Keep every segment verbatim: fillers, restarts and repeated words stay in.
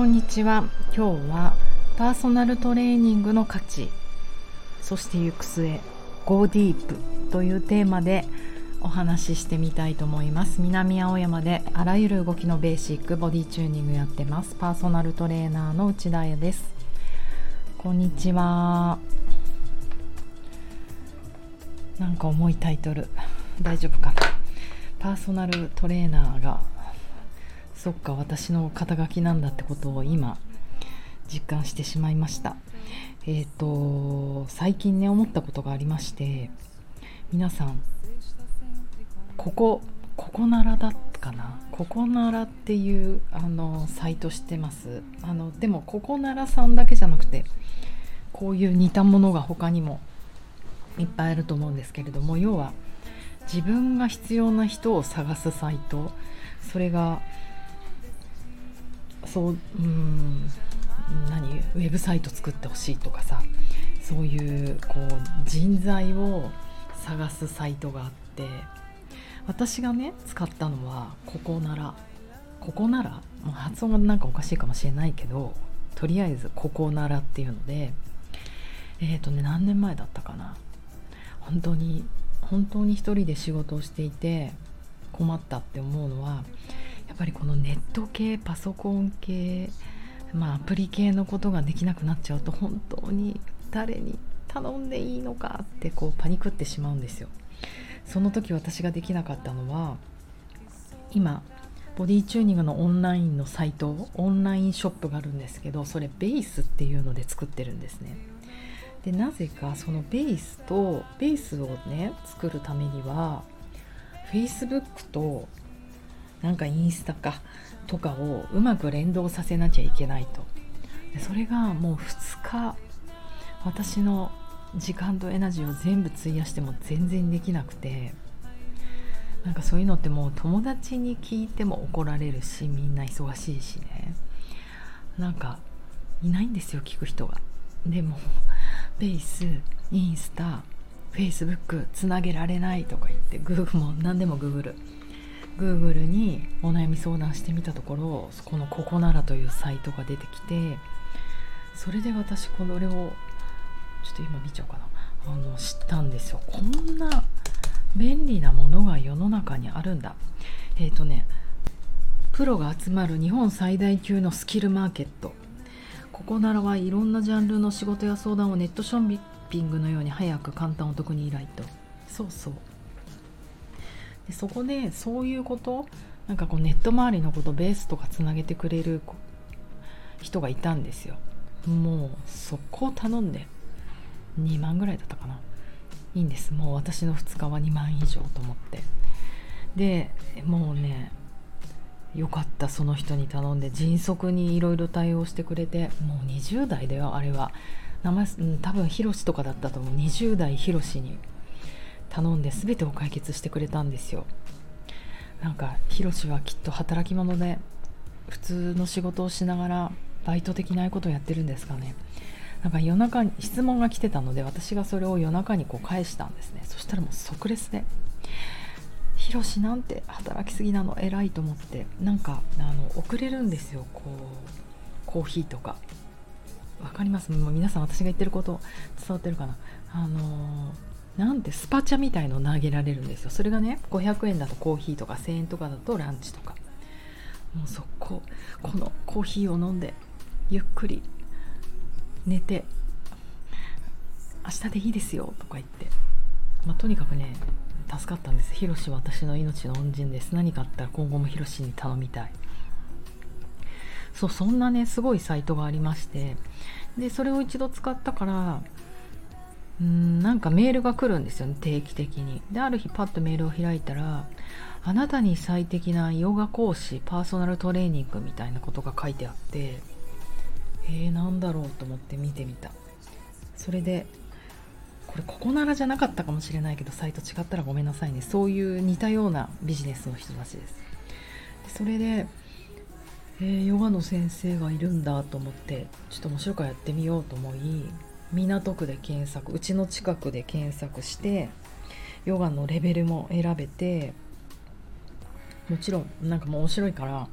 んにちは。今日はパーソナルトレーニングの価値、そして行く末 Go Deep というテーマでお話ししてみたいと思います。南青山であらゆる動きのベーシックボディチューニングやってますパーソナルトレーナーの内田彩です。こんにちは。なんか重いタイトル大丈夫かな。パーソナルトレーナーがそっか私の肩書きなんだってことを今実感してしまいました。えっと最近ね思ったことがありまして、皆さんここここならだかなここならっていうあのサイト知ってます？あのでもここならさんだけじゃなくてこういう似たものが他にもいっぱいあると思うんですけれども、要は自分が必要な人を探すサイト、それがそう、うーん何ウェブサイト作ってほしいとかさ、そういうこう人材を探すサイトがあって、私がね使ったのはここならここならもう発音がなんかおかしいかもしれないけど、とりあえずここならっていうので、えっとね何年前だったかな、本当に本当に一人で仕事をしていて困ったって思うのは、やっぱりこのネット系パソコン系、まあ、アプリ系のことができなくなっちゃうと、本当に誰に頼んでいいのかってこうパニクってしまうんですよ。その時私ができなかったのは、今ボディチューニングのオンラインのサイト、オンラインショップがあるんですけど、それベースっていうので作ってるんですね。でなぜかそのベースとベースをね作るためには Facebook となんかインスタかとかをうまく連動させなきゃいけないと。でそれがもうふつか私の時間とエナジーを全部費やしても全然できなくて、なんかそういうのってもう友達に聞いても怒られるし、みんな忙しいしね、なんかいないんですよ聞く人が。でもベース、インスタ、フェイスブックつなげられないとか言って、グーグルも何でもグーグル Google にお悩み相談してみたところ、このここならというサイトが出てきて、それで私これをちょっと今見ちゃおうかな、あの知ったんですよ。こんな便利なものが世の中にあるんだ。えっとねプロが集まる日本最大級のスキルマーケット、ここならはいろんなジャンルの仕事や相談をネットショッピングのように早く簡単お得に依頼と。そうそう。でそこでそういうこと、なんかこうネット周りのことベースとかつなげてくれる人がいたんですよ。もう速攻頼んでにまんぐらいだったかな。いいんです、もう私のふつかはにまん以上と思って。でもうねよかった、その人に頼んで迅速にいろいろ対応してくれて、もうにじゅう代だよあれは。名前、うん、多分ヒロシとかだったと思う。にじゅう代ヒロシに頼んで全てを解決してくれたんですよ。なんかヒロシはきっと働き者で普通の仕事をしながらバイト的なことをやってるんですかね。なんか夜中に質問が来てたので、私がそれを夜中にこう返したんですね。そしたらもう即レスで、ヒロシなんて働きすぎなの偉いと思って、なんかあの送れるんですよ、こうコーヒーとか。わかります？もう皆さん私が言ってること伝わってるかな。あのなんてスパチャみたいのを投げられるんですよ。それがねごひゃくえんだとコーヒーとか、せんえんとかだとランチとか。もうそここのコーヒーを飲んでゆっくり寝て明日でいいですよとか言って、まあ、とにかくね助かったんです。ヒロシは私の命の恩人です。何かあったら今後もヒロシに頼みたい。そう、そんなねすごいサイトがありまして、でそれを一度使ったから、うーんなんかメールが来るんですよね、定期的に。である日パッとメールを開いたら、あなたに最適なヨガ講師パーソナルトレーニングみたいなことが書いてあって、えー、なんだろうと思って見てみた。それでこれここならじゃなかったかもしれないけど、サイト違ったらごめんなさいね。そういう似たようなビジネスの人たちです。それで、えー、ヨガの先生がいるんだと思って、ちょっと面白いからやってみようと思い、港区で検索、うちの近くで検索してヨガのレベルも選べて、もちろんなんかもう面白いから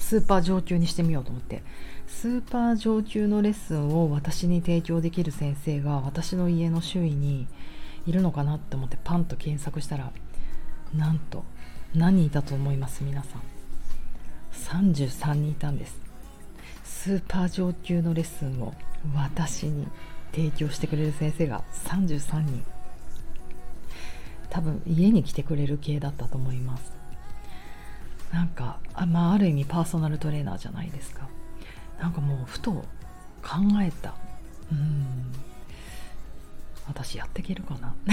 スーパー上級にしてみようと思って、スーパー上級のレッスンを私に提供できる先生が私の家の周囲にいるのかなって思ってパンと検索したら、なんと何人いたと思います？皆さん、さんじゅうさんにんいたんです。スーパー上級のレッスンを私に提供してくれる先生がさんじゅうさんにん。多分家に来てくれる系だったと思います。なんか あ,、まあ、ある意味パーソナルトレーナーじゃないですか。なんかもうふと考えた、うーん私やっていけるかな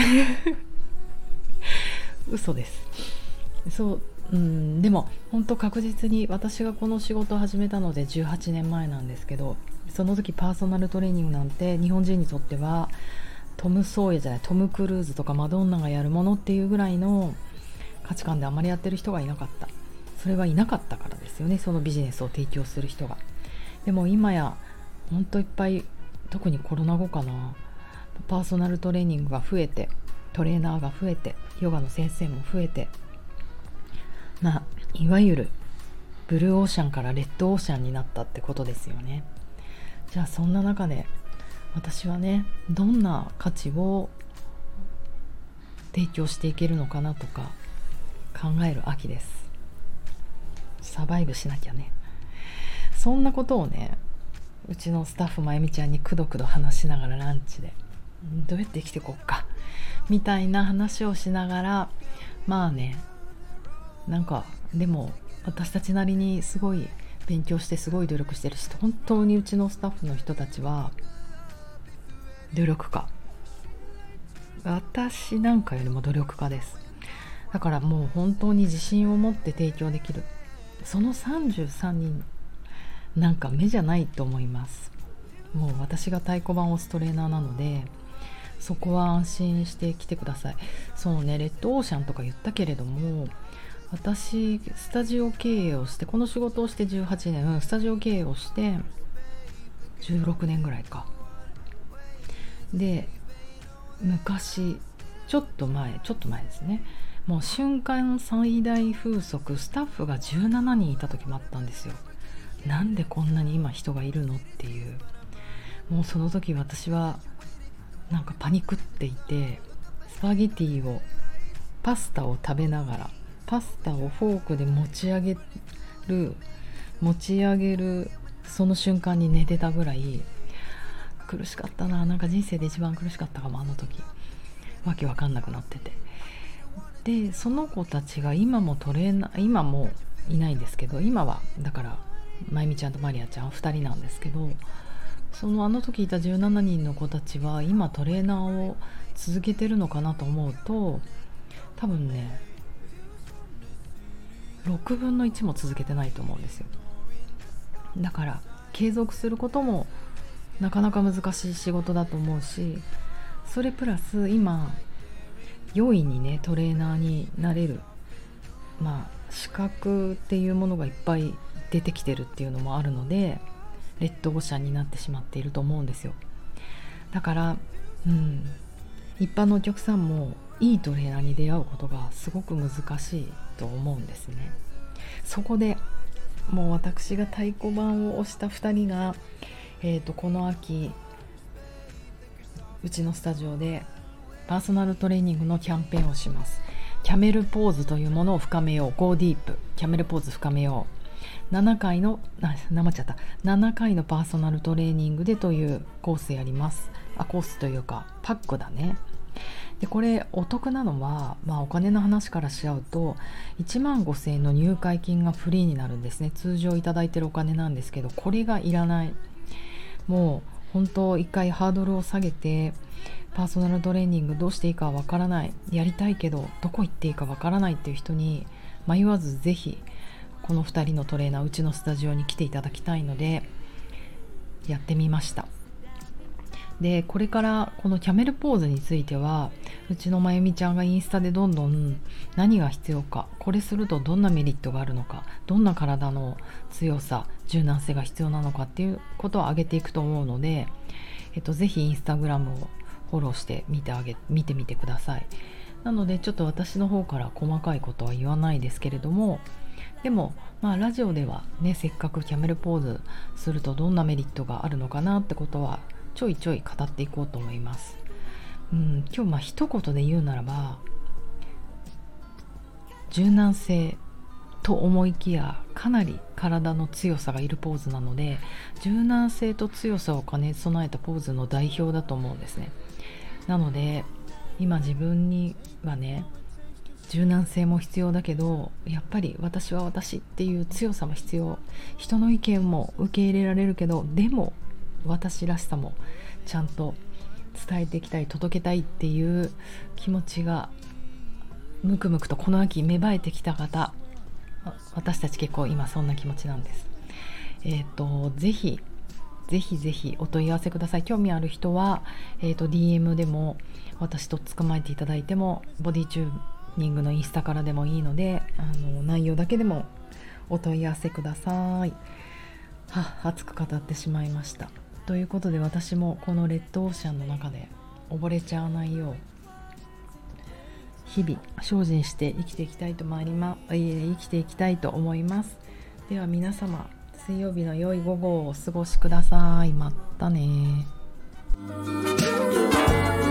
嘘です。そう、うん、でも本当確実に私がこの仕事を始めたのでじゅうはちねんまえなんですけど、その時パーソナルトレーニングなんて日本人にとってはトム・ソーヤじゃないトム・クルーズとかマドンナがやるものっていうぐらいの価値観であまりやってる人がいなかった。それはいなかったからですよね、そのビジネスを提供する人が。でも今や本当いっぱい、特にコロナ後かな、パーソナルトレーニングが増えて、トレーナーが増えて、ヨガの先生も増えて、まあいわゆるブルーオーシャンからレッドオーシャンになったってことですよね。じゃあそんな中で私はね、どんな価値を提供していけるのかなとか考える秋です。サバイブしなきゃね。そんなことをね、うちのスタッフまゆみちゃんにくどくど話しながらランチでどうやって生きていこうかみたいな話をしながら、まあね、なんかでも私たちなりにすごい勉強してすごい努力してるし、本当にうちのスタッフの人たちは努力家、私なんかよりも努力家です。だからもう本当に自信を持って提供できる、そのさんじゅうさんにんなんか目じゃないと思います。もう私が太鼓判を押すトレーナーなので、そこは安心して来てください。そうね、レッドオーシャンとか言ったけれども、私スタジオ経営をして、この仕事をしてじゅうはちねん、スタジオ経営をしてじゅうろくねんぐらいかで、昔ちょっと前ちょっと前ですね、もう瞬間最大風速スタッフがじゅうななにんいた時もあったんですよ。なんでこんなに今人がいるのっていう。もうその時私はなんかパニクっていて、スパゲティをパスタを食べながらパスタをフォークで持ち上げる持ち上げるその瞬間に寝てたぐらい苦しかったな。なんか人生で一番苦しかったかも、あの時。わけわかんなくなってて。でその子たちが今もトレーナー、今もいないんですけど、今はだからまゆみちゃんとマリアちゃんふたりなんですけど、そのあの時いたじゅうななにんの子たちは今トレーナーを続けてるのかなと思うと、多分ねろくぶんのいちも続けてないと思うんですよ。だから継続することもなかなか難しい仕事だと思うし、それプラス今容易にねトレーナーになれる、まあ資格っていうものがいっぱい出てきてるっていうのもあるので、レッドオーシャンになってしまっていると思うんですよ。だから、うん、一般のお客さんもいいトレーナーに出会うことがすごく難しいと思うんですね。そこでもう私が太鼓判を押したふたりが、えーと、この秋うちのスタジオでパーソナルトレーニングのキャンペーンをします。キャメルポーズというものを深めよう、Go Deep、キャメルポーズ深めよう、ななかいのななまっちゃったななかいのパーソナルトレーニングでというコースやります。あ、コースというかパックだね。でこれお得なのは、まあ、お金の話からしちゃうといちまんごせんえんの入会金がフリーになるんですね。通常いただいてるお金なんですけど、これがいらない。もう本当一回ハードルを下げて、パーソナルトレーニングどうしていいかわからない、やりたいけどどこ行っていいかわからないっていう人に迷わずぜひこのふたりのトレーナーうちのスタジオに来ていただきたいのでやってみました。でこれからこのキャメルポーズについてはうちのまゆみちゃんがインスタでどんどん何が必要か、これするとどんなメリットがあるのか、どんな体の強さ柔軟性が必要なのかっていうことを上げていくと思うので、えっと、ぜひインスタグラムをフォローして見てあげ見てみてください。 なのでちょっと私の方から細かいことは言わないですけれども、でもまあラジオではね、せっかくキャメルポーズするとどんなメリットがあるのかなってことはちょいちょい語っていこうと思います。うん、今日まあ一言で言うならば、柔軟性と思いきやかなり体の強さがいるポーズなので、柔軟性と強さを兼ね備えたポーズの代表だと思うんですね。なので今自分にはね、柔軟性も必要だけど、やっぱり私は私っていう強さも必要、人の意見も受け入れられるけど、でも私らしさもちゃんと伝えていきたい、届けたいっていう気持ちがむくむくとこの秋芽生えてきた方、私たち結構今そんな気持ちなんです。えっとぜひぜひぜひお問い合わせください。興味ある人は、えーと、ディーエム でも私と捕まえていただいても、ボディチューニングのインスタからでもいいので、あの内容だけでもお問い合わせください。は熱く語ってしまいました。ということで、私もこのレッドオーシャンの中で溺れちゃわないよう日々精進して生きていきたいと参りま生きていきたいと思います。では皆様、水曜日の良い午後をお過ごしください。またね。